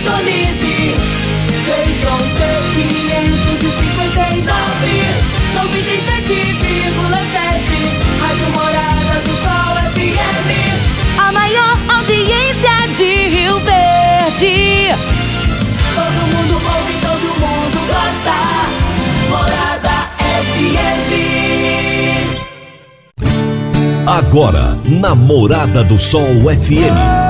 sintonize. Central C 559, 97,7, Rádio Morada do Sol FM. A maior audiência de Rio Verde. Todo mundo ouve, todo mundo gosta. Morada FM. Agora, na Morada do Sol FM.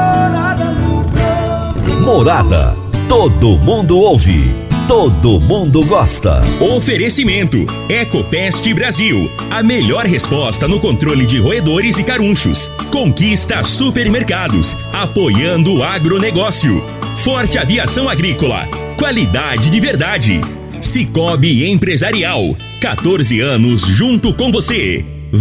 Morada. Todo mundo ouve. Todo mundo gosta. Oferecimento: Ecopest Brasil. A melhor resposta no controle de roedores e carunchos. Conquista Supermercados. Apoiando o agronegócio. Forte Aviação Agrícola. Qualidade de verdade. Cicobi Empresarial. 14 anos junto com você.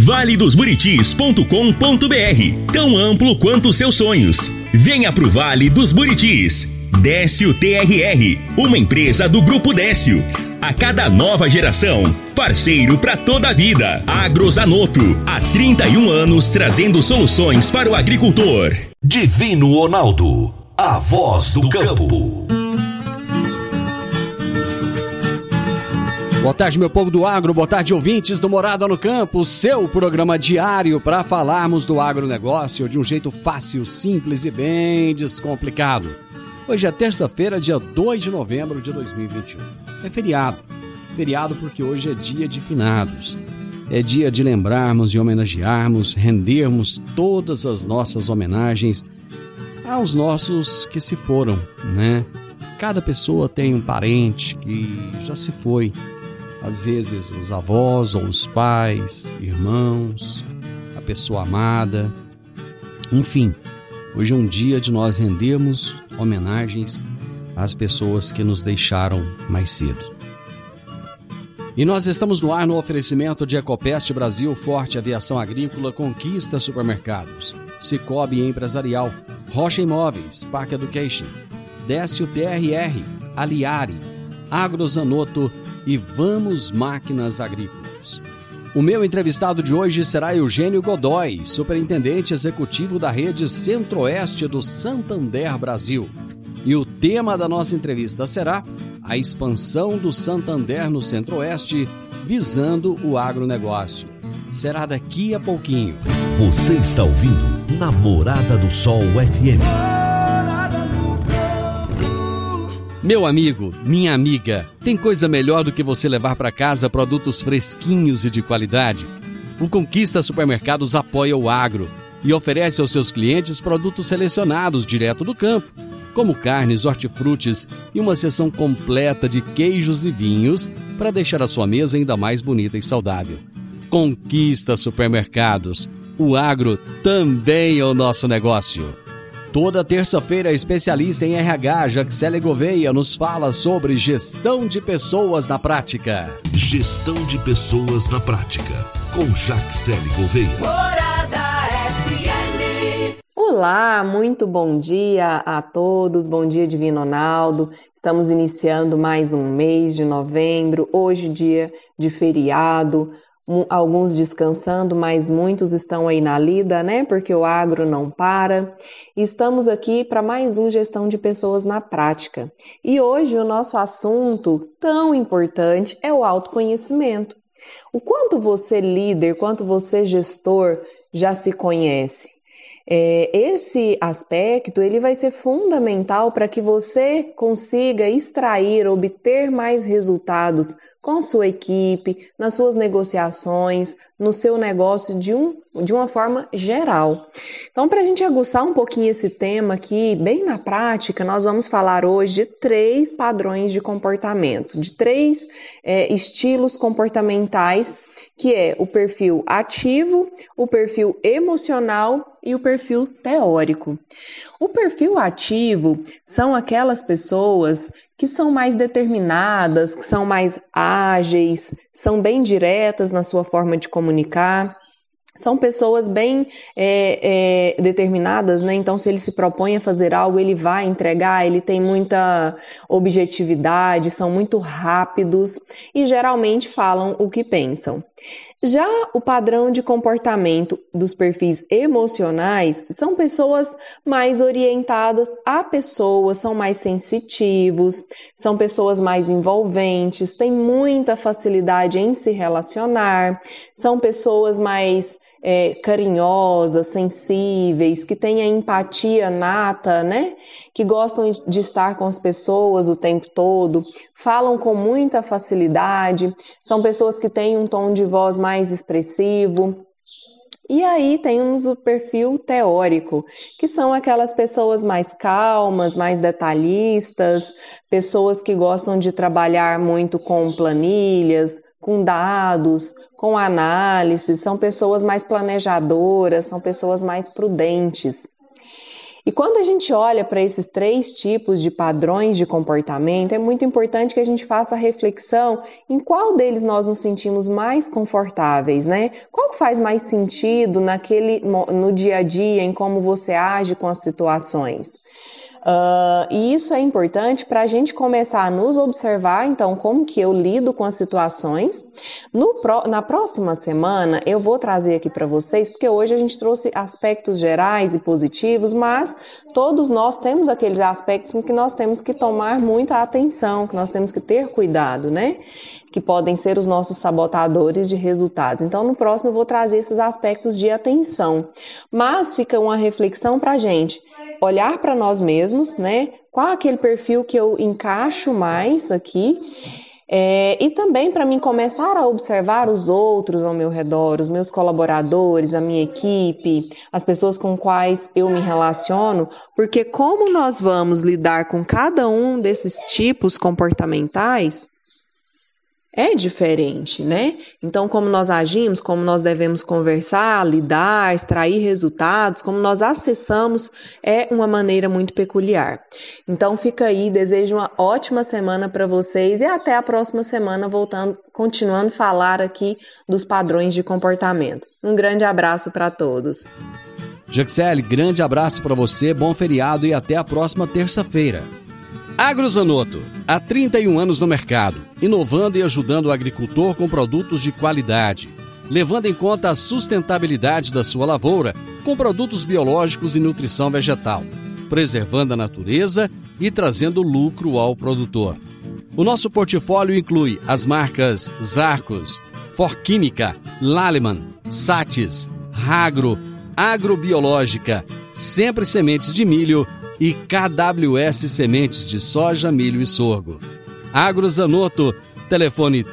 valedosburitis.com.br. Tão amplo quanto os seus sonhos. Venha pro Vale dos Buritis. Décio TRR, uma empresa do Grupo Décio. A cada nova geração, parceiro para toda a vida. Agrozanoto, há 31 anos trazendo soluções para o agricultor. Divino Ronaldo, a voz do campo. Boa tarde, meu povo do agro, boa tarde, ouvintes do Morada no Campo, seu programa diário para falarmos do agronegócio de um jeito fácil, simples e bem descomplicado. Hoje é terça-feira, dia 2 de novembro de 2021. É feriado. Feriado porque hoje é dia de finados. É dia de lembrarmos e homenagearmos, rendermos todas as nossas homenagens aos nossos que se foram, né? Cada pessoa tem um parente que já se foi. Às vezes os avós ou os pais, irmãos, a pessoa amada. Enfim, hoje é um dia de nós rendermos homenagens às pessoas que nos deixaram mais cedo. E nós estamos no ar no oferecimento de Ecopest Brasil, Forte Aviação Agrícola, Conquista Supermercados, Cicobi Empresarial, Rocha Imóveis, Park Education, Décio TRR, Aliari, Agrozanoto e Vamos Máquinas Agrícolas. O meu entrevistado de hoje será Eugênio Godoy, superintendente executivo da rede Centro-Oeste do Santander Brasil. E o tema da nossa entrevista será a expansão do Santander no Centro-Oeste, visando o agronegócio. Será daqui a pouquinho. Você está ouvindo Namorada do Sol FM. Meu amigo, minha amiga, tem coisa melhor do que você levar para casa produtos fresquinhos e de qualidade? O Conquista Supermercados apoia o agro e oferece aos seus clientes produtos selecionados direto do campo, como carnes, hortifrutis e uma seção completa de queijos e vinhos para deixar a sua mesa ainda mais bonita e saudável. Conquista Supermercados, o agro também é o nosso negócio. Toda terça-feira, a especialista em RH, Jaxele Gouveia, nos fala sobre gestão de pessoas na prática. Gestão de pessoas na prática, com Jaxele Gouveia. Morada FM. Olá, muito bom dia a todos, bom dia Divino Ronaldo. Estamos iniciando mais um mês de novembro, hoje dia de feriado. Alguns descansando, mas muitos estão aí na lida, né? Porque o agro não para. Estamos aqui para mais um Gestão de Pessoas na Prática. E hoje o nosso assunto tão importante é o autoconhecimento. O quanto você líder, quanto você gestor já se conhece? Esse aspecto ele vai ser fundamental para que você consiga extrair, obter mais resultados com sua equipe, nas suas negociações, no seu negócio de uma forma geral. Então, para a gente aguçar um pouquinho esse tema aqui, bem na prática, nós vamos falar hoje de 3 padrões de comportamento, de 3 estilos comportamentais, que é o perfil ativo, o perfil emocional e o perfil teórico. O perfil ativo são aquelas pessoas que são mais determinadas, que são mais ágeis, são bem diretas na sua forma de comunicar. São pessoas bem determinadas, né? Então, se ele se propõe a fazer algo, ele vai entregar, ele tem muita objetividade, são muito rápidos e geralmente falam o que pensam. Já o padrão de comportamento dos perfis emocionais são pessoas mais orientadas a pessoas, são mais sensitivos, são pessoas mais envolventes, têm muita facilidade em se relacionar, são pessoas mais carinhosas, sensíveis, que têm a empatia nata, né? Que gostam de estar com as pessoas o tempo todo, falam com muita facilidade, são pessoas que têm um tom de voz mais expressivo. E aí temos o perfil teórico, que são aquelas pessoas mais calmas, mais detalhistas, pessoas que gostam de trabalhar muito com planilhas, com dados, com análise, são pessoas mais planejadoras, são pessoas mais prudentes. E quando a gente olha para esses 3 tipos de padrões de comportamento, é muito importante que a gente faça a reflexão em qual deles nós nos sentimos mais confortáveis, né? Qual que faz mais sentido no dia a dia, em como você age com as situações? E isso é importante para a gente começar a nos observar, então, como que eu lido com as situações. Na próxima semana, eu vou trazer aqui para vocês, porque hoje a gente trouxe aspectos gerais e positivos, mas todos nós temos aqueles aspectos em que nós temos que tomar muita atenção, que nós temos que ter cuidado, né? Que podem ser os nossos sabotadores de resultados. Então, no próximo eu vou trazer esses aspectos de atenção. Mas fica uma reflexão para a gente olhar para nós mesmos, né? Qual é aquele perfil que eu encaixo mais aqui? E também para mim começar a observar os outros ao meu redor, os meus colaboradores, a minha equipe, as pessoas com quais eu me relaciono, porque como nós vamos lidar com cada um desses tipos comportamentais, é diferente, né? Então, como nós agimos, como nós devemos conversar, lidar, extrair resultados, como nós acessamos, é uma maneira muito peculiar. Então, fica aí, desejo uma ótima semana para vocês e até a próxima semana, continuando a falar aqui dos padrões de comportamento. Um grande abraço para todos. Jaxele, grande abraço para você, bom feriado e até a próxima terça-feira. AgroZanoto, há 31 anos no mercado, inovando e ajudando o agricultor com produtos de qualidade, levando em conta a sustentabilidade da sua lavoura com produtos biológicos e nutrição vegetal, preservando a natureza e trazendo lucro ao produtor. O nosso portfólio inclui as marcas Zarcos, Forquímica, Laleman, Satis, Ragro, Agrobiológica, Sempre Sementes de Milho e KWS Sementes de Soja, Milho e Sorgo. AgroZanoto, telefone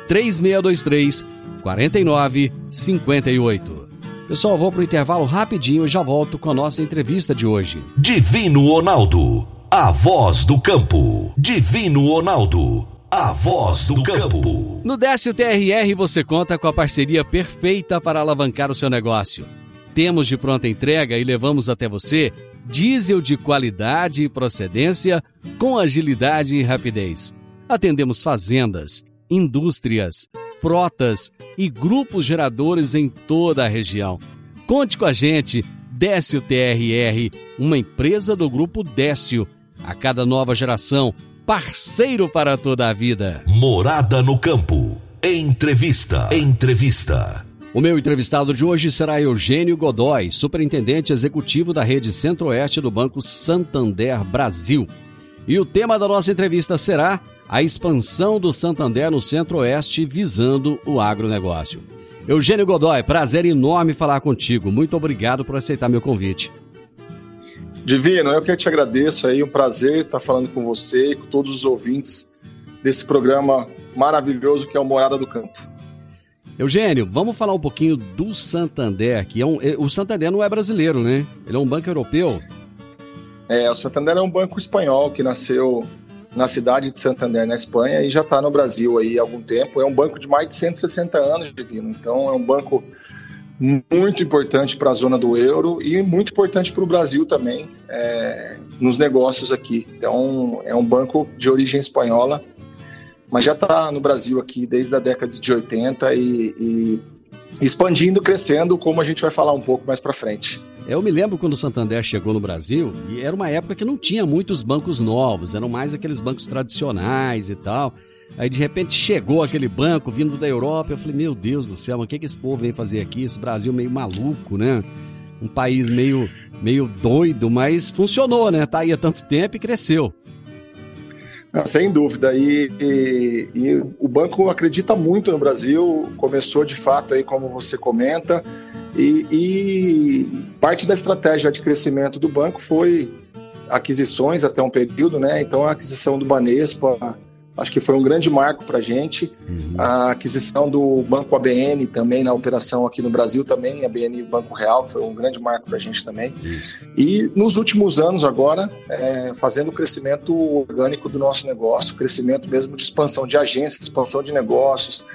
3623-4958. Pessoal, vou para o intervalo rapidinho e já volto com a nossa entrevista de hoje. Divino Ronaldo, a voz do campo. Divino Ronaldo, a voz do campo. No Décio TRR você conta com a parceria perfeita para alavancar o seu negócio. Temos de pronta entrega e levamos até você diesel de qualidade e procedência com agilidade e rapidez. Atendemos fazendas, indústrias, frotas e grupos geradores em toda a região. Conte com a gente, Décio TRR, uma empresa do Grupo Décio. A cada nova geração, parceiro para toda a vida. Morada no Campo. Entrevista. O meu entrevistado de hoje será Eugênio Godoy, superintendente executivo da rede Centro-Oeste do Banco Santander Brasil. E o tema da nossa entrevista será a expansão do Santander no Centro-Oeste visando o agronegócio. Eugênio Godoy, prazer enorme falar contigo. Muito obrigado por aceitar meu convite. Divino, eu que te agradeço aí, um prazer estar falando com você e com todos os ouvintes desse programa maravilhoso que é o Morada do Campo. Eugênio, vamos falar um pouquinho do Santander, que o Santander não é brasileiro, né? Ele é um banco europeu. O Santander é um banco espanhol que nasceu na cidade de Santander, na Espanha, e já está no Brasil aí há algum tempo. É um banco de mais de 160 anos, Divino. Então, é um banco muito importante para a zona do euro e muito importante para o Brasil também, nos negócios aqui. Então, é um banco de origem espanhola, mas já está no Brasil aqui desde a década de 80 e expandindo, crescendo, como a gente vai falar um pouco mais para frente. Eu me lembro quando o Santander chegou no Brasil, e era uma época que não tinha muitos bancos novos, eram mais aqueles bancos tradicionais e tal. Aí de repente chegou aquele banco vindo da Europa. Eu falei, meu Deus do céu, mas o que esse povo vem fazer aqui? Esse Brasil meio maluco, né? Um país meio doido, mas funcionou, né? Tá aí há tanto tempo e cresceu. Sem dúvida, e o banco acredita muito no Brasil, começou de fato aí como você comenta, e parte da estratégia de crescimento do banco foi aquisições até um período, né? Então a aquisição do Banespa, acho que foi um grande marco para a gente. A aquisição do Banco ABN também na operação aqui no Brasil também, ABN Banco Real, foi um grande marco para a gente também. E nos últimos anos agora, fazendo o crescimento orgânico do nosso negócio, crescimento mesmo de expansão de agências, expansão de negócios,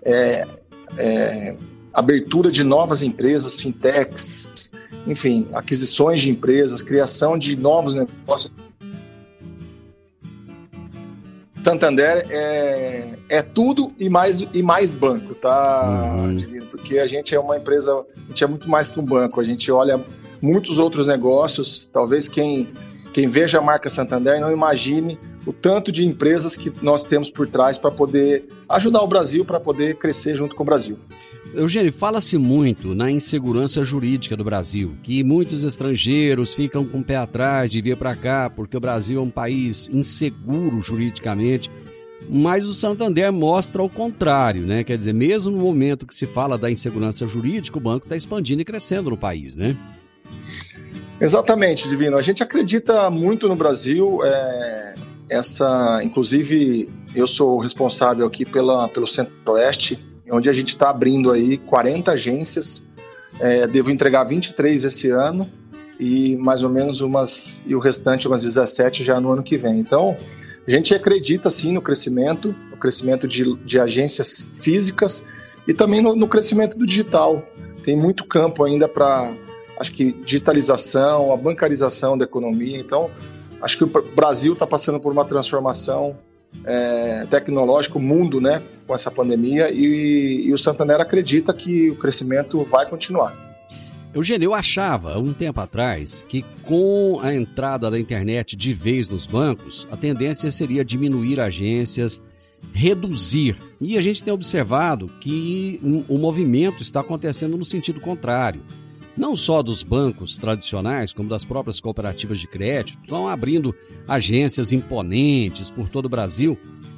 abertura de novas empresas, fintechs, enfim, aquisições de empresas, criação de novos negócios. Santander é tudo e mais banco, tá, Divino? Porque a gente é uma empresa, a gente é muito mais que um banco, a gente olha muitos outros negócios. Talvez quem veja a marca Santander não imagine o tanto de empresas que nós temos por trás para poder ajudar o Brasil, para poder crescer junto com o Brasil. Eugênio, fala-se muito na insegurança jurídica do Brasil, que muitos estrangeiros ficam com o pé atrás de vir para cá, porque o Brasil é um país inseguro juridicamente, mas o Santander mostra o contrário, né? Quer dizer, mesmo no momento que se fala da insegurança jurídica, o banco está expandindo e crescendo no país, né? Exatamente, Divino. A gente acredita muito no Brasil. Inclusive, eu sou responsável aqui pelo Centro-Oeste, onde a gente está abrindo aí 40 agências. Devo entregar 23 esse ano e mais ou menos e o restante umas 17 já no ano que vem. Então, a gente acredita sim no crescimento de agências físicas e também no crescimento do digital. Tem muito campo ainda para, acho que, digitalização, a bancarização da economia. Então, acho que o Brasil está passando por uma transformação tecnológica, o mundo, né, com essa pandemia, e o Santander acredita que o crescimento vai continuar. Eugênio, eu achava, um tempo atrás, que com a entrada da internet de vez nos bancos, a tendência seria diminuir agências, reduzir. E a gente tem observado que o movimento está acontecendo no sentido contrário. Não só dos bancos tradicionais, como das próprias cooperativas de crédito, estão abrindo agências imponentes por todo o Brasil.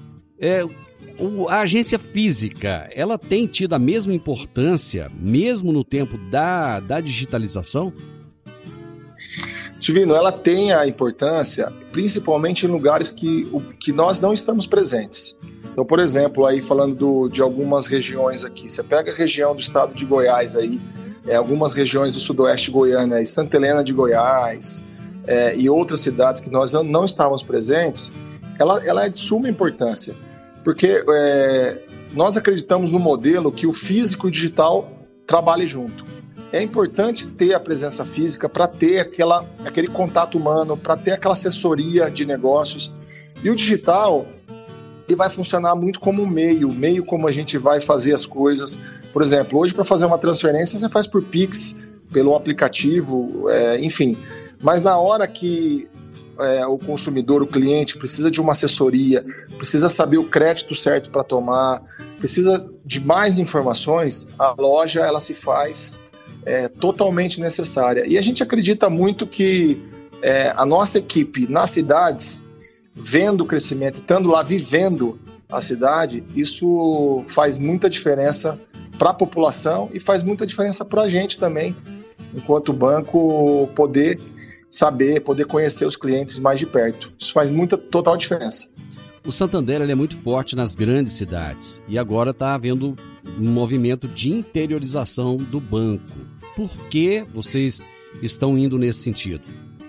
A agência física, ela tem tido a mesma importância, mesmo no tempo da digitalização? Divino, ela tem a importância, principalmente em lugares que nós não estamos presentes. Então, por exemplo, aí falando de algumas regiões aqui, você pega a região do estado de Goiás aí, algumas regiões do sudoeste goiano, aí, Santa Helena de Goiás e outras cidades que nós não estávamos presentes, ela é de suma importância, porque nós acreditamos no modelo que o físico e o digital trabalhem junto. É importante ter a presença física para ter aquele contato humano, para ter aquela assessoria de negócios, e o digital ele vai funcionar muito como um meio como a gente vai fazer as coisas. Por exemplo, hoje para fazer uma transferência você faz por Pix, pelo aplicativo, enfim. Mas na hora que o consumidor, o cliente, precisa de uma assessoria, precisa saber o crédito certo para tomar, precisa de mais informações, a loja ela se faz totalmente necessária. E a gente acredita muito que a nossa equipe nas cidades, vendo o crescimento, estando lá, vivendo a cidade, isso faz muita diferença para a população e faz muita diferença para a gente também, enquanto banco, poder saber, poder conhecer os clientes mais de perto. Isso faz total diferença. O Santander ele é muito forte nas grandes cidades e agora está havendo um movimento de interiorização do banco. Por que vocês estão indo nesse sentido?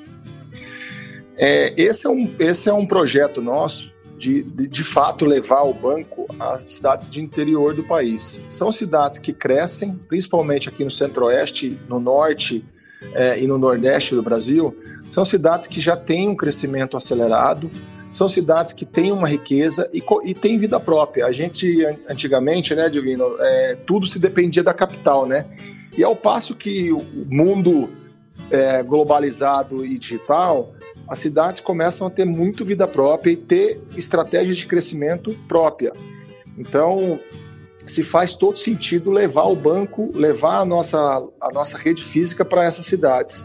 Esse é um projeto nosso de fato levar o banco às cidades de interior do país. São cidades que crescem, principalmente aqui no Centro-Oeste, no Norte e no Nordeste do Brasil. São cidades que já têm um crescimento acelerado, são cidades que têm uma riqueza e têm vida própria. A gente, antigamente, né, Divino, tudo se dependia da capital, né? E ao passo que o mundo globalizado e digital, as cidades começam a ter muito vida própria e ter estratégias de crescimento própria. Então, se faz todo sentido levar o banco, levar a nossa rede física para essas cidades.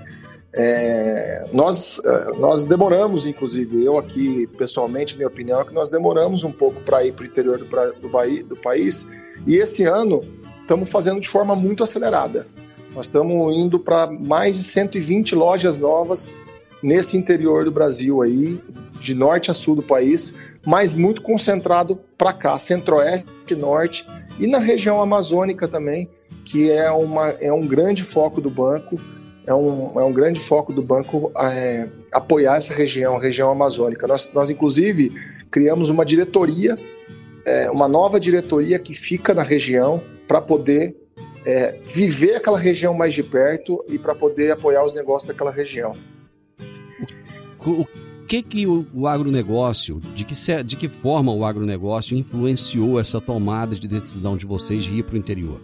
Nós demoramos, inclusive, eu aqui, pessoalmente, minha opinião é que nós demoramos um pouco para ir para o interior do país, e esse ano estamos fazendo de forma muito acelerada. Nós estamos indo para mais de 120 lojas novas nesse interior do Brasil aí, de norte a sul do país, mas muito concentrado para cá, centro-oeste, norte, e na região amazônica também, que é um grande foco do banco, é um grande foco do banco apoiar essa região, a região amazônica. Nós inclusive, criamos uma diretoria, uma nova diretoria que fica na região para poder viver aquela região mais de perto e para poder apoiar os negócios daquela região. O que o agronegócio, de que forma o agronegócio influenciou essa tomada de decisão de vocês de ir para o interior?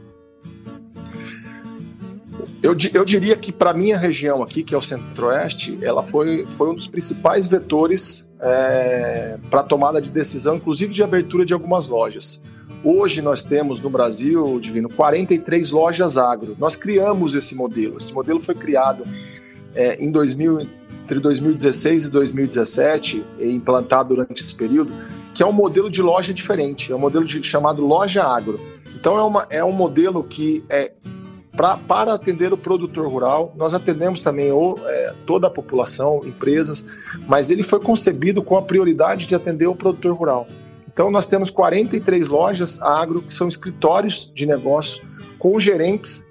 Eu diria que para a minha região aqui, que é o Centro-Oeste, ela foi um dos principais vetores para a tomada de decisão, inclusive de abertura de algumas lojas. Hoje nós temos no Brasil, Divino, 43 lojas agro. Nós criamos esse modelo. Esse modelo foi criado entre 2016 e 2017, e implantado durante esse período, que é um modelo de loja diferente, é um modelo chamado Loja Agro. Então é um modelo que para atender o produtor rural. Nós atendemos também toda a população, empresas, mas ele foi concebido com a prioridade de atender o produtor rural. Então nós temos 43 lojas agro, que são escritórios de negócio com gerentes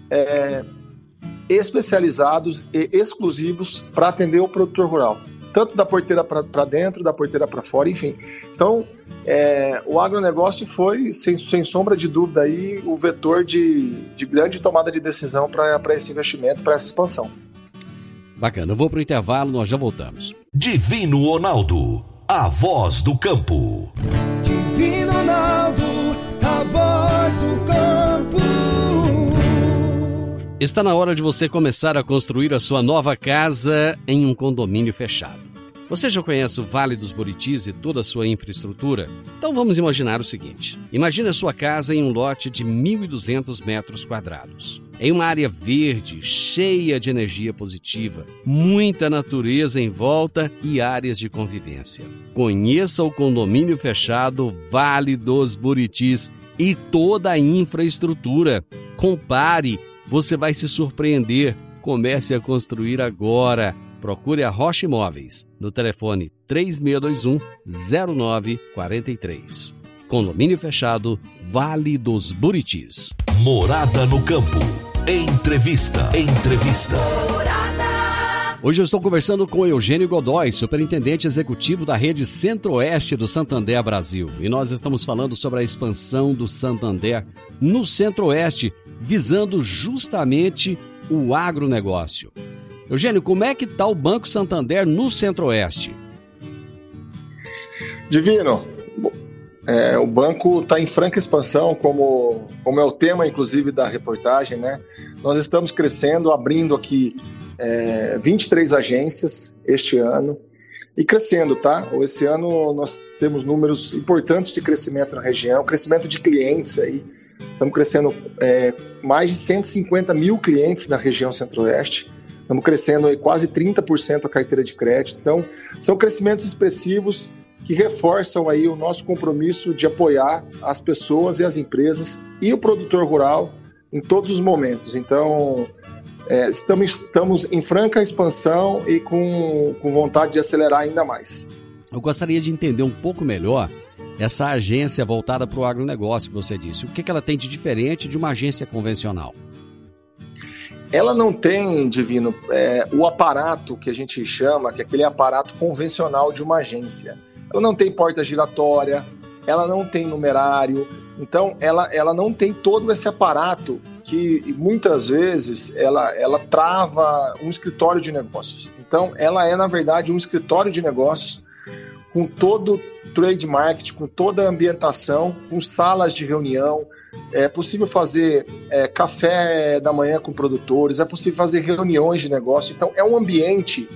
especializados e exclusivos para atender o produtor rural, tanto da porteira para dentro, da porteira para fora, enfim. Então, o agronegócio foi, sem sombra de dúvida, aí, o vetor de grande tomada de decisão para esse investimento, para essa expansão. Bacana, eu vou para o intervalo, nós já voltamos. Divino Ronaldo, a voz do campo. Divino Ronaldo, a voz do campo. Está na hora de você começar a construir a sua nova casa em um condomínio fechado. Você já conhece o Vale dos Buritis e toda a sua infraestrutura? Então vamos imaginar o seguinte. Imagine a sua casa em um lote de 1.200 metros quadrados. Em uma área verde, cheia de energia positiva, muita natureza em volta e áreas de convivência. Conheça o condomínio fechado Vale dos Buritis e toda a infraestrutura. Compare, você vai se surpreender. Comece a construir agora. Procure a Rocha Imóveis no telefone 3621-0943. Condomínio fechado Vale dos Buritis. Morada no campo. Entrevista. Hoje eu estou conversando com Eugênio Godoy, superintendente executivo da rede Centro-Oeste do Santander Brasil. E nós estamos falando sobre a expansão do Santander no Centro-Oeste, visando justamente o agronegócio. Eugênio, como é que está o Banco Santander no Centro-Oeste? Divino, o banco está em franca expansão, como é o tema, inclusive, da reportagem, né? Nós estamos crescendo, abrindo aqui 23 agências este ano e crescendo, tá? Esse ano nós temos números importantes de crescimento na região, crescimento de clientes aí. Estamos crescendo mais de 150 mil clientes na região Centro-Oeste. Estamos crescendo aí quase 30% a carteira de crédito. Então, são crescimentos expressivos que reforçam aí o nosso compromisso de apoiar as pessoas e as empresas e o produtor rural em todos os momentos. Então, estamos em franca expansão e com vontade de acelerar ainda mais. Eu gostaria de entender um pouco melhor essa agência voltada para o agronegócio que você disse. O que ela tem de diferente de uma agência convencional? Ela não tem, Divino, o aparato que a gente chama, que é aquele aparato convencional de uma agência. Ela não tem porta giratória, ela não tem numerário, então ela não tem todo esse aparato que muitas vezes ela trava um escritório de negócios. Então ela é, na verdade, um escritório de negócios com todo o trade marketing, com toda a ambientação, com salas de reunião. É possível fazer café da manhã com produtores, é possível fazer reuniões de negócio. Então, é um ambiente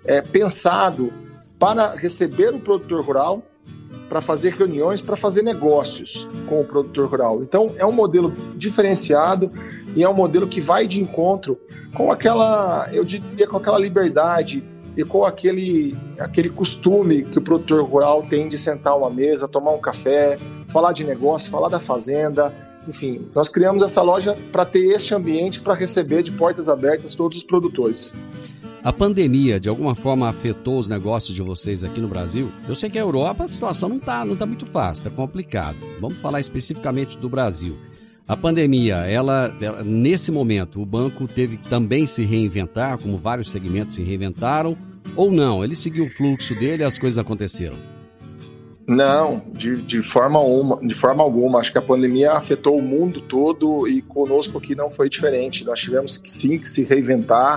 pensado para receber o produtor rural, para fazer reuniões, para fazer negócios com o produtor rural. Então, é um modelo diferenciado e é um modelo que vai de encontro com aquela, eu diria, com aquela liberdade e com aquele costume que o produtor rural tem de sentar a uma mesa, tomar um café, falar de negócio, falar da fazenda. Enfim, nós criamos essa loja para ter este ambiente para receber de portas abertas todos os produtores. A pandemia, de alguma forma, afetou os negócios de vocês aqui no Brasil? Eu sei que a Europa a situação não tá muito fácil, está complicado. Vamos falar especificamente do Brasil. A pandemia, ela, nesse momento, o banco teve que também se reinventar, como vários segmentos se reinventaram, ou não? Ele seguiu o fluxo dele e as coisas aconteceram? Não, de forma alguma. Acho que a pandemia afetou o mundo todo e conosco aqui não foi diferente. Nós tivemos que sim que se reinventar.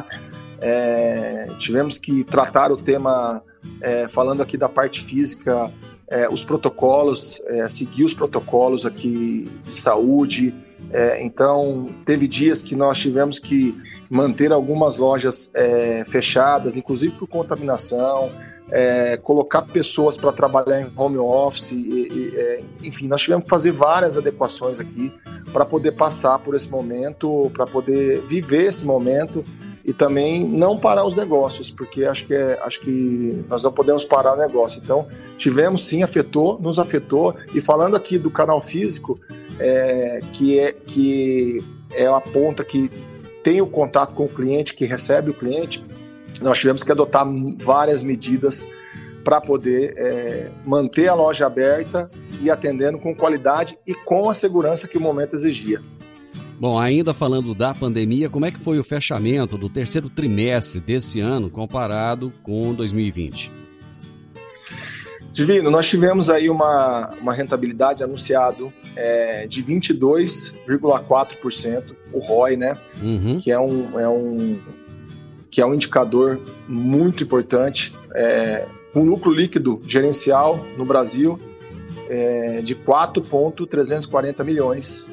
Tivemos que tratar o tema, falando aqui da parte física, os protocolos, seguir os protocolos aqui de saúde. Então, teve dias que nós tivemos que manter algumas lojas fechadas, inclusive por contaminação, colocar pessoas para trabalhar em home office, enfim, nós tivemos que fazer várias adequações aqui para poder passar por esse momento, para poder viver esse momento. E também não parar os negócios, porque acho que nós não podemos parar o negócio. Então, tivemos sim, nos afetou. E falando aqui do canal físico, que é a ponta que tem o contato com o cliente, que recebe o cliente, nós tivemos que adotar várias medidas para poder manter a loja aberta e atendendo com qualidade e com a segurança que o momento exigia. Bom, ainda falando da pandemia, como é que foi o fechamento do terceiro trimestre desse ano comparado com 2020? Divino, nós tivemos aí uma rentabilidade anunciado de 22,4%, o ROI, né? Uhum. Que é um indicador muito importante, com lucro líquido gerencial no Brasil de 4,340 milhões.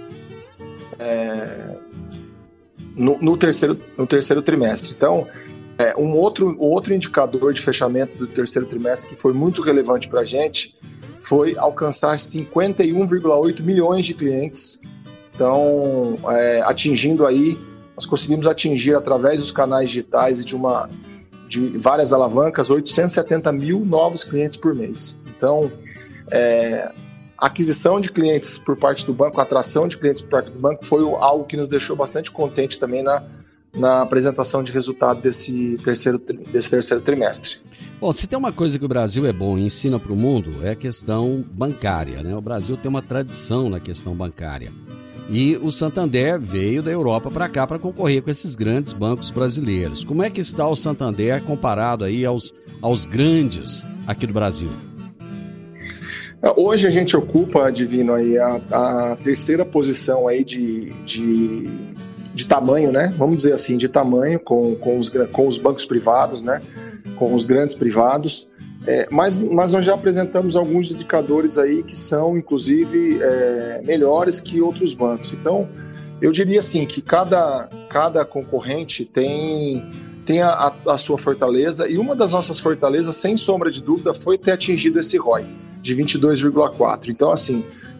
No terceiro trimestre. Então, um outro indicador de fechamento do terceiro trimestre que foi muito relevante para a gente foi alcançar 51,8 milhões de clientes. Então, nós conseguimos atingir através dos canais digitais e de várias alavancas 870 mil novos clientes por mês. Então, a aquisição de clientes por parte do banco, a atração de clientes por parte do banco foi algo que nos deixou bastante contente também na apresentação de resultado desse terceiro trimestre. Bom, se tem uma coisa que o Brasil é bom e ensina para o mundo é a questão bancária, né? O Brasil tem uma tradição na questão bancária. E o Santander veio da Europa para cá para concorrer com esses grandes bancos brasileiros. Como é que está o Santander comparado aí aos grandes aqui do Brasil? Hoje a gente ocupa, Divino, aí a terceira posição aí de tamanho, né? Vamos dizer assim, de tamanho com os bancos privados, né? Com os grandes privados. Mas nós já apresentamos alguns indicadores aí que são, inclusive, melhores que outros bancos. Então, eu diria assim que cada concorrente tem a sua fortaleza, e uma das nossas fortalezas, sem sombra de dúvida, foi ter atingido esse ROI de 22,4%. Então, assim,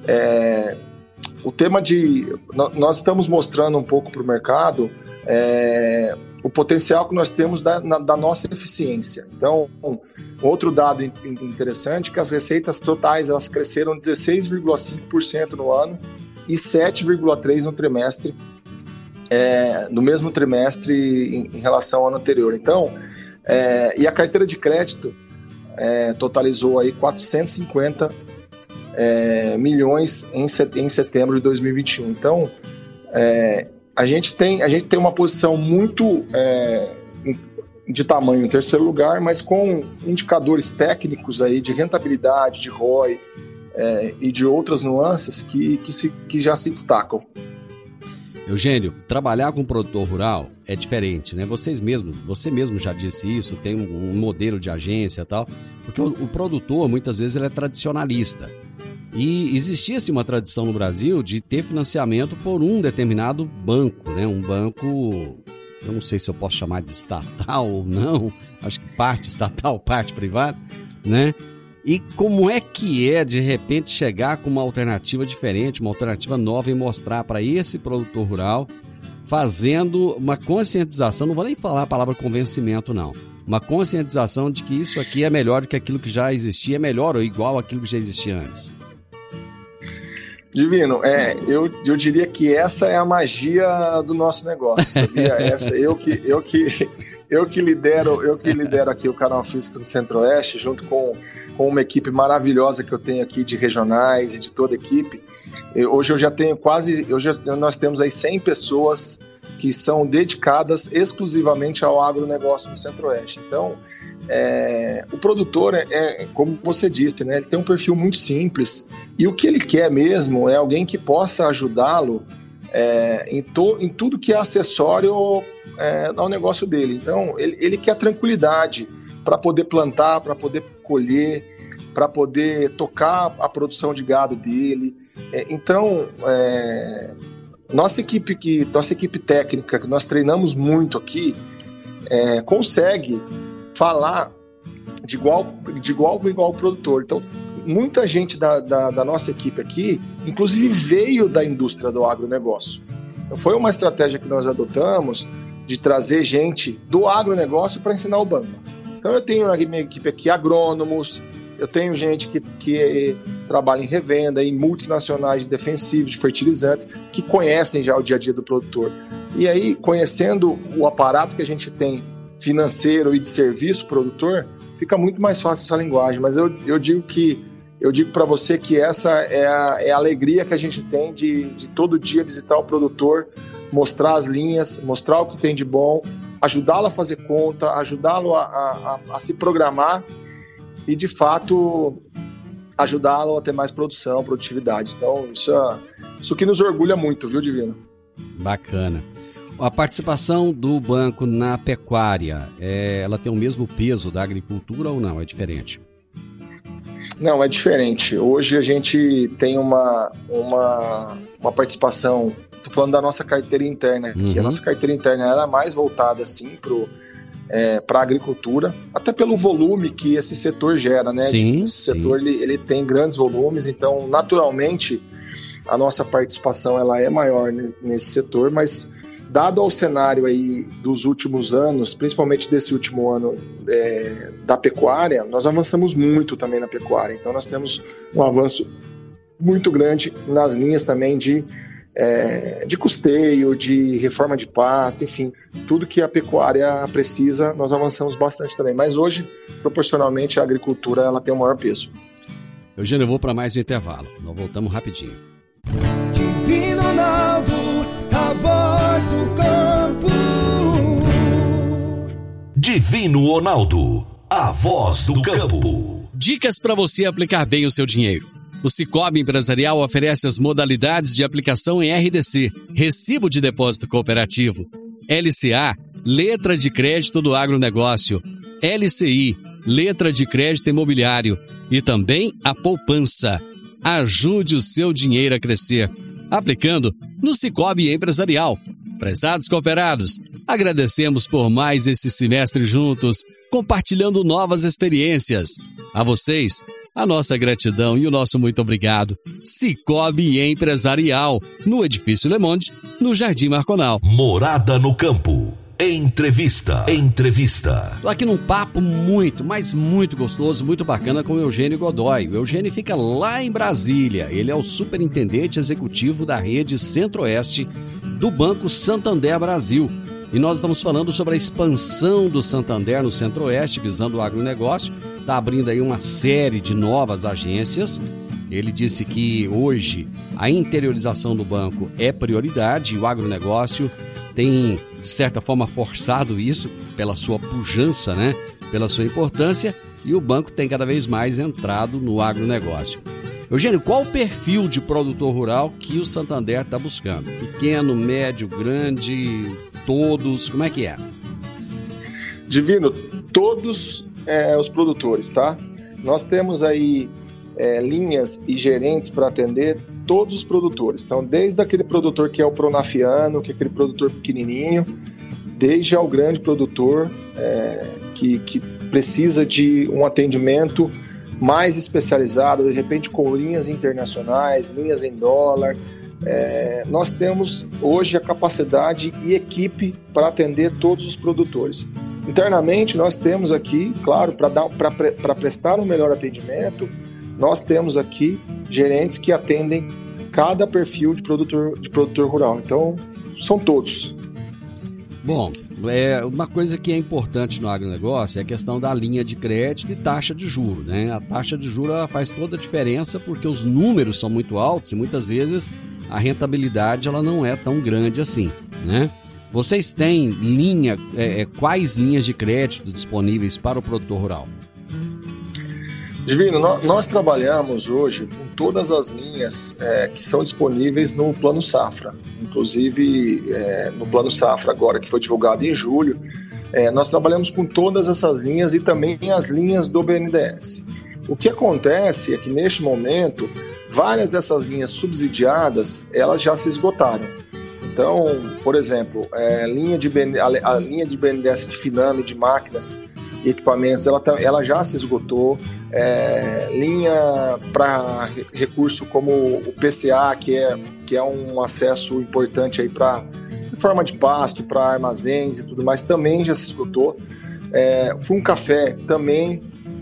o tema nós estamos mostrando um pouco para o mercado o potencial que nós temos da nossa eficiência. Então, outro dado interessante é que as receitas totais elas cresceram 16,5% no ano e 7,3% no trimestre, no mesmo trimestre em relação ao ano anterior. Então, e a carteira de crédito totalizou aí 450 milhões em setembro de 2021. Então, a gente tem uma posição muito de tamanho em terceiro lugar, mas com indicadores técnicos aí de rentabilidade, de ROI e de outras nuances que já se destacam. Eugênio, trabalhar com produtor rural é diferente, né? Você mesmo já disse isso, tem um modelo de agência e tal, porque o produtor, muitas vezes, ele é tradicionalista. E existia-se uma tradição no Brasil de ter financiamento por um determinado banco, né? Um banco, eu não sei se eu posso chamar de estatal ou não, acho que parte estatal, parte privada, né? E como é que de repente, chegar com uma alternativa diferente, uma alternativa nova e mostrar para esse produtor rural, fazendo uma conscientização, não vou nem falar a palavra convencimento, não. Uma conscientização de que isso aqui é melhor do que aquilo que já existia, é melhor ou igual àquilo que já existia antes. Divino, eu diria que essa é a magia do nosso negócio, sabia? Eu que lidero aqui o canal Físico do Centro-Oeste, junto com uma equipe maravilhosa que eu tenho aqui de regionais e de toda a equipe. Hoje eu já tenho nós temos aí 100 pessoas que são dedicadas exclusivamente ao agronegócio no Centro-Oeste. Então, o produtor, como você disse, né, ele tem um perfil muito simples e o que ele quer mesmo é alguém que possa ajudá-lo em tudo que é acessório ao negócio dele. Então, ele quer tranquilidade para poder plantar, para poder colher, para poder tocar a produção de gado dele. Então, nossa equipe técnica, que nós treinamos muito aqui, consegue falar de igual com igual ao produtor. Então, muita gente da nossa equipe aqui, inclusive, veio da indústria do agronegócio. Então, foi uma estratégia que nós adotamos de trazer gente do agronegócio para ensinar o banco. Então, eu tenho na minha equipe aqui agrônomos, eu tenho gente que trabalha em revenda, em multinacionais de defensivos, de fertilizantes, que conhecem já o dia a dia do produtor. E aí, conhecendo o aparato que a gente tem financeiro e de serviço produtor, fica muito mais fácil essa linguagem. Mas eu digo para você que essa é a alegria que a gente tem de todo dia visitar o produtor, mostrar as linhas, mostrar o que tem de bom, ajudá-lo a fazer conta, ajudá-lo a se programar e, de fato, ajudá-lo a ter mais produtividade. Então, isso que nos orgulha muito, viu, Divino? Bacana. A participação do banco na pecuária, ela tem o mesmo peso da agricultura ou não? É diferente? Não, é diferente. Hoje a gente tem uma participação, estou falando da nossa carteira interna aqui. A nossa carteira interna era mais voltada, assim, para a agricultura, até pelo volume que esse setor gera, né? Esse setor ele tem grandes volumes, então naturalmente a nossa participação ela é maior nesse setor, mas dado ao cenário aí dos últimos anos, principalmente desse último ano da pecuária, nós avançamos muito também na pecuária, então nós temos um avanço muito grande nas linhas também de custeio, de reforma de pasto, enfim, tudo que a pecuária precisa, nós avançamos bastante também. Mas hoje, proporcionalmente, a agricultura ela tem o maior peso. Eugênio, eu vou para mais um intervalo. Nós voltamos rapidinho. Divino Ronaldo, a voz do campo. Divino Ronaldo, a voz do campo. Dicas para você aplicar bem o seu dinheiro. O Sicoob Empresarial oferece as modalidades de aplicação em RDC, Recibo de Depósito Cooperativo, LCA, Letra de Crédito do Agronegócio, LCI, Letra de Crédito Imobiliário e também a poupança. Ajude o seu dinheiro a crescer, aplicando no Sicoob Empresarial. Prezados cooperados, agradecemos por mais esse semestre juntos, compartilhando novas experiências. A vocês, a nossa gratidão e o nosso muito obrigado. Sicoob Empresarial, no Edifício Le Monde, no Jardim Marconal. Morada no Campo. Entrevista. Tô aqui num papo muito, mas muito gostoso, muito bacana com o Eugênio Godoy. O Eugênio fica lá em Brasília. Ele é o superintendente executivo da rede Centro-Oeste do Banco Santander Brasil. E nós estamos falando sobre a expansão do Santander no Centro-Oeste, visando o agronegócio. Está abrindo aí uma série de novas agências. Ele disse que hoje a interiorização do banco é prioridade e o agronegócio tem, de certa forma, forçado isso pela sua pujança, né? Pela sua importância, e o banco tem cada vez mais entrado no agronegócio. Eugênio, qual o perfil de produtor rural que o Santander está buscando? Pequeno, médio, grande, todos, como é que é? Divino, todos os produtores, tá? Nós temos aí linhas e gerentes para atender todos os produtores. Então, desde aquele produtor que é o pronafiano, que é aquele produtor pequenininho, desde ao grande produtor, que precisa de um atendimento mais especializado, de repente com linhas internacionais, linhas em dólar. Nós temos hoje a capacidade e equipe para atender todos os produtores. Internamente, nós temos aqui, claro, para prestar um melhor atendimento, nós temos aqui gerentes que atendem cada perfil de produtor rural. Então, são todos. Bom, uma coisa que é importante no agronegócio é a questão da linha de crédito e taxa de juros, né? A taxa de juros ela faz toda a diferença porque os números são muito altos e muitas vezes a rentabilidade ela não é tão grande assim, né? Vocês têm quais linhas de crédito disponíveis para o produtor rural? Divino, nós trabalhamos hoje com todas as linhas que são disponíveis no Plano Safra. Inclusive, no Plano Safra agora, que foi divulgado em julho, nós trabalhamos com todas essas linhas e também as linhas do BNDES. O que acontece é que, neste momento, várias dessas linhas subsidiadas, elas já se esgotaram. Então, por exemplo, a linha de BNDES de Finame, de máquinas e equipamentos, ela já se esgotou. Linha para recurso como o PCA, que é um acesso importante aí para forma de pasto, para armazéns e tudo mais, também já se esgotou. Funcafé também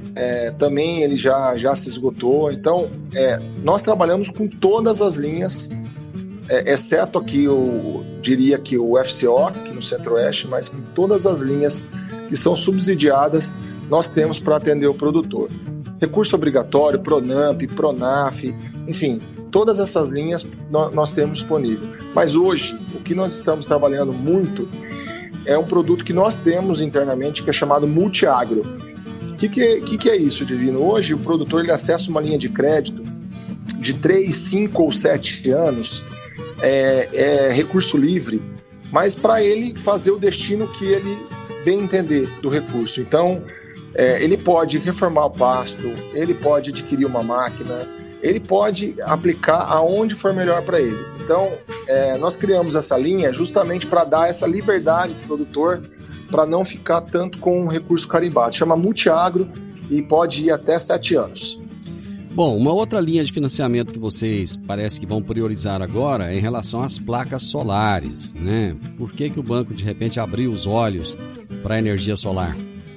ele já se esgotou. Então, nós trabalhamos com todas as linhas, exceto aqui, eu diria que o FCO, aqui no Centro-Oeste, mas com todas as linhas que são subsidiadas, nós temos para atender o produtor. Recurso obrigatório, Pronamp, Pronaf, enfim, todas essas linhas nós temos disponível. Mas hoje, o que nós estamos trabalhando muito é um produto que nós temos internamente, que é chamado Multiagro. O que é isso, Divino? Hoje, o produtor ele acessa uma linha de crédito de 3, 5 ou 7 anos, recurso livre, mas para ele fazer o destino que ele bem entender do recurso. Então, ele pode reformar o pasto, ele pode adquirir uma máquina, ele pode aplicar aonde for melhor para ele. Então, nós criamos essa linha justamente para dar essa liberdade para o produtor, para não ficar tanto com um recurso carimbado. Chama Multiagro e pode ir até 7 anos. Bom, uma outra linha de financiamento que vocês parece que vão priorizar agora é em relação às placas solares, né? Por que o banco, de repente, abriu os olhos para a energia solar?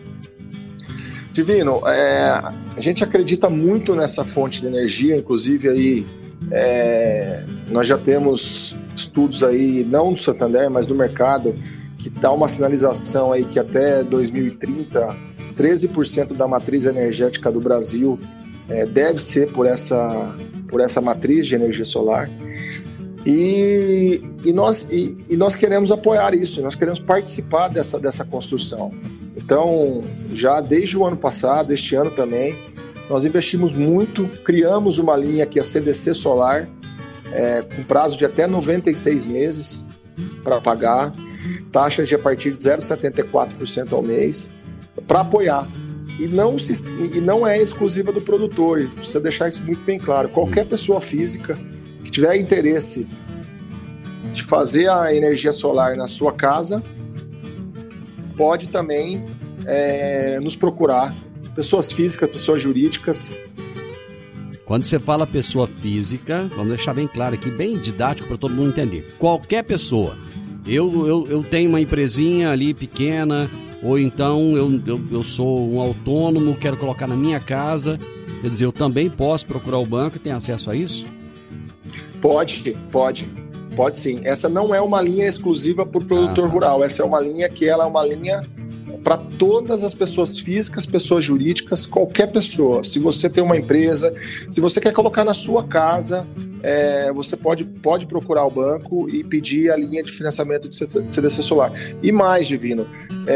Divino, a gente acredita muito nessa fonte de energia, inclusive aí nós já temos estudos aí, não do Santander, mas do mercado, que dá uma sinalização aí que até 2030, 13% da matriz energética do Brasil deve ser por essa matriz de energia solar. E nós queremos apoiar isso, nós queremos participar dessa construção. Então, já desde o ano passado, este ano também, nós investimos muito, criamos uma linha que é a CDC Solar, com prazo de até 96 meses para pagar, taxas de a partir de 0,74% ao mês, para apoiar. E não é exclusiva do produtor, e precisa deixar isso muito bem claro. Qualquer pessoa física que tiver interesse de fazer a energia solar na sua casa, pode também nos procurar. Pessoas físicas, pessoas jurídicas. Quando você fala pessoa física, vamos deixar bem claro aqui, bem didático para todo mundo entender. Qualquer pessoa. Eu tenho uma empresinha ali pequena, ou então eu sou um autônomo, quero colocar na minha casa. Quer dizer, eu também posso procurar o banco e ter acesso a isso? Pode sim. Essa não é uma linha exclusiva para o produtor rural. Essa é uma linha que ela é uma linha para todas as pessoas físicas, pessoas jurídicas, qualquer pessoa. Se você tem uma empresa, se você quer colocar na sua casa, você pode procurar o banco e pedir a linha de financiamento de CDC Solar. E mais, Divino,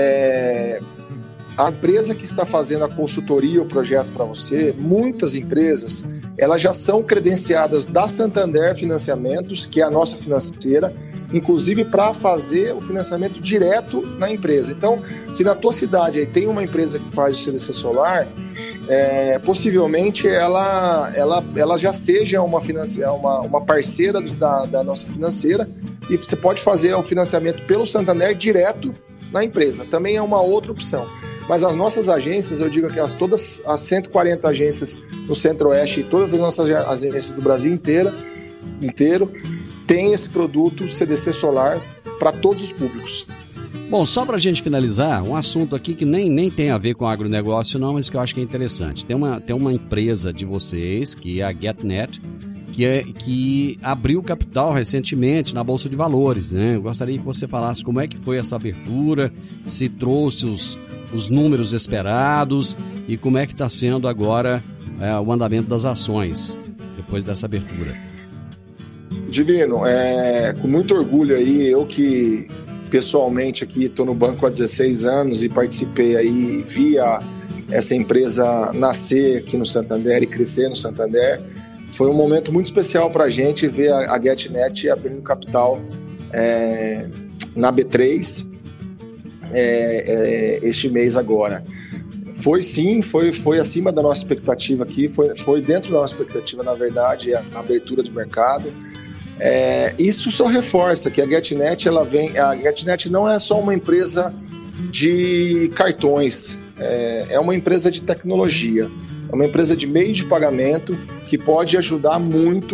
a empresa que está fazendo a consultoria, o projeto para você, muitas empresas, elas já são credenciadas da Santander Financiamentos, que é a nossa financeira, inclusive para fazer o financiamento direto na empresa. Então, se na tua cidade aí tem uma empresa que faz o CDC Solar, possivelmente ela já seja uma parceira da nossa financeira, e você pode fazer o financiamento pelo Santander direto na empresa. Também é uma outra opção. mas as nossas agências, eu digo que todas as 140 agências no Centro-Oeste e todas as nossas agências do Brasil inteiro têm esse produto CDC solar para todos os públicos. Bom, só para a gente finalizar, um assunto aqui que nem tem a ver com agronegócio não, mas que eu acho que é interessante. Tem uma empresa de vocês, que é a GetNet, que abriu capital recentemente na Bolsa de Valores, né? Eu gostaria que você falasse como é que foi essa abertura, se trouxe os números esperados e como é que está sendo agora o andamento das ações depois dessa abertura. Divino, com muito orgulho aí, eu que pessoalmente aqui estou no banco há 16 anos e participei aí, via essa empresa nascer aqui no Santander e crescer no Santander. Foi um momento muito especial para a gente ver a GetNet abrindo capital na B3 este mês agora. Foi sim, foi acima da nossa expectativa aqui, foi dentro da nossa expectativa, na verdade, a abertura do mercado. Isso só reforça que a GetNet, a GetNet não é só uma empresa de cartões, é uma empresa de tecnologia, é uma empresa de meio de pagamento que pode ajudar muito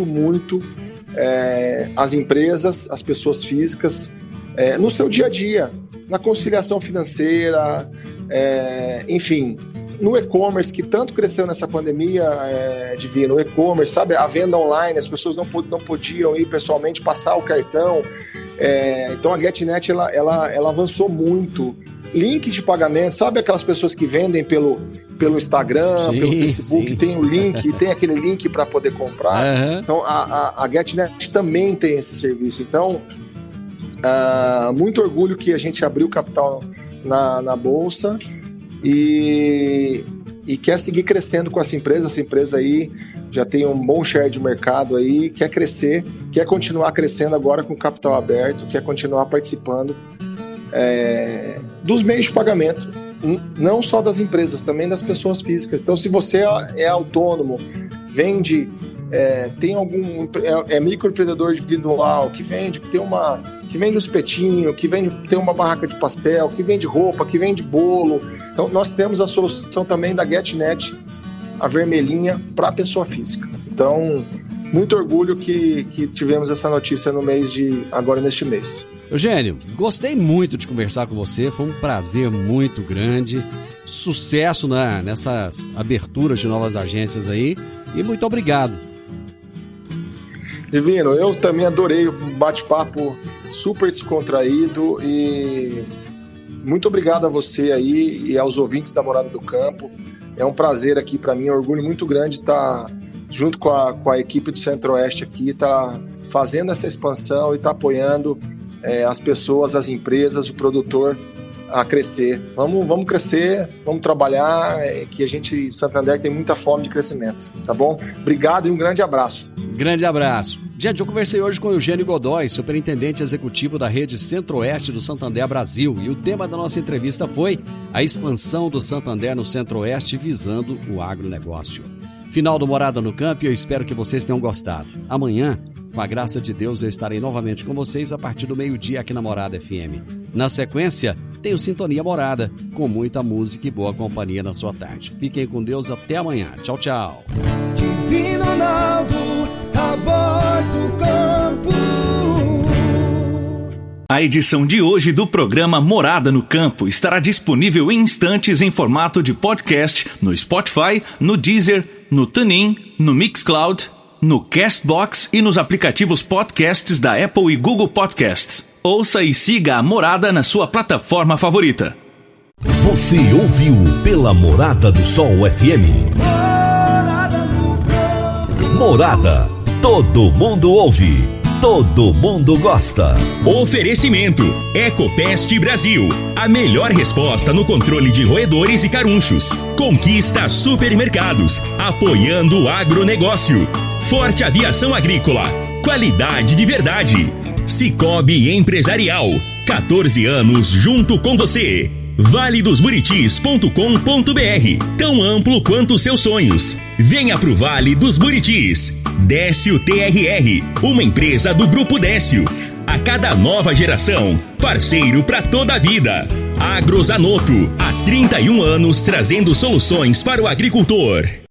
as empresas, as pessoas físicas, no seu dia a dia, na conciliação financeira, enfim, no e-commerce, que tanto cresceu nessa pandemia, Divino, o e-commerce, sabe, a venda online, as pessoas não podiam ir pessoalmente passar o cartão, então a GetNet, ela avançou muito. Link de pagamento, sabe aquelas pessoas que vendem pelo Instagram, pelo Facebook, tem o link, tem aquele link para poder comprar, então a GetNet também tem esse serviço, então muito orgulho que a gente abriu capital na Bolsa e quer seguir crescendo com essa empresa aí já tem um bom share de mercado aí, quer crescer, quer continuar crescendo agora com capital aberto, quer continuar participando dos meios de pagamento, não só das empresas, também das pessoas físicas. Então, se você é autônomo, vende, é microempreendedor individual, que vende o espetinho, tem uma barraca de pastel, que vende roupa, que vende bolo. Então, nós temos a solução também da GetNet, a vermelhinha, para a pessoa física. Então, muito orgulho que tivemos essa notícia agora neste mês. Eugênio, gostei muito de conversar com você, foi um prazer muito grande, sucesso nessas aberturas de novas agências aí e muito obrigado. Divino, eu também adorei o bate-papo super descontraído e muito obrigado a você aí e aos ouvintes da Morada do Campo. É um prazer aqui para mim, é um orgulho muito grande estar junto com a equipe do Centro-Oeste aqui, estar fazendo essa expansão e estar apoiando as pessoas, as empresas, o produtor a crescer. Vamos crescer, vamos trabalhar, que a gente, Santander, tem muita fome de crescimento, tá bom? Obrigado e um grande abraço. Grande abraço. Gente, eu conversei hoje com Eugênio Godoy, superintendente executivo da rede Centro-Oeste do Santander Brasil, e o tema da nossa entrevista foi a expansão do Santander no Centro-Oeste visando o agronegócio. Final do Morada no Campo e eu espero que vocês tenham gostado. Amanhã, com a graça de Deus, eu estarei novamente com vocês a partir do meio-dia aqui na Morada FM. Na sequência, tem o Sintonia Morada, com muita música e boa companhia na sua tarde. Fiquem com Deus, até amanhã. Tchau, tchau. Divino Ronaldo, a voz do campo. A edição de hoje do programa Morada no Campo estará disponível em instantes em formato de podcast no Spotify, no Deezer, no TuneIn, no Mixcloud, no Castbox e nos aplicativos podcasts da Apple e Google Podcasts. Ouça e siga a Morada na sua plataforma favorita. Você ouviu pela Morada do Sol FM. Morada. Todo mundo ouve. Todo mundo gosta. Oferecimento: Ecopest Brasil. A melhor resposta no controle de roedores e carunchos. Conquista Supermercados. Apoiando o agronegócio. Forte Aviação Agrícola. Qualidade de verdade. Cicobi Empresarial. 14 anos junto com você. valedosburitis.com.br. Tão amplo quanto seus sonhos. Venha pro Vale dos Buritis. Décio TRR, uma empresa do Grupo Décio. A cada nova geração, parceiro para toda a vida. Agrozanoto, há 31 anos trazendo soluções para o agricultor.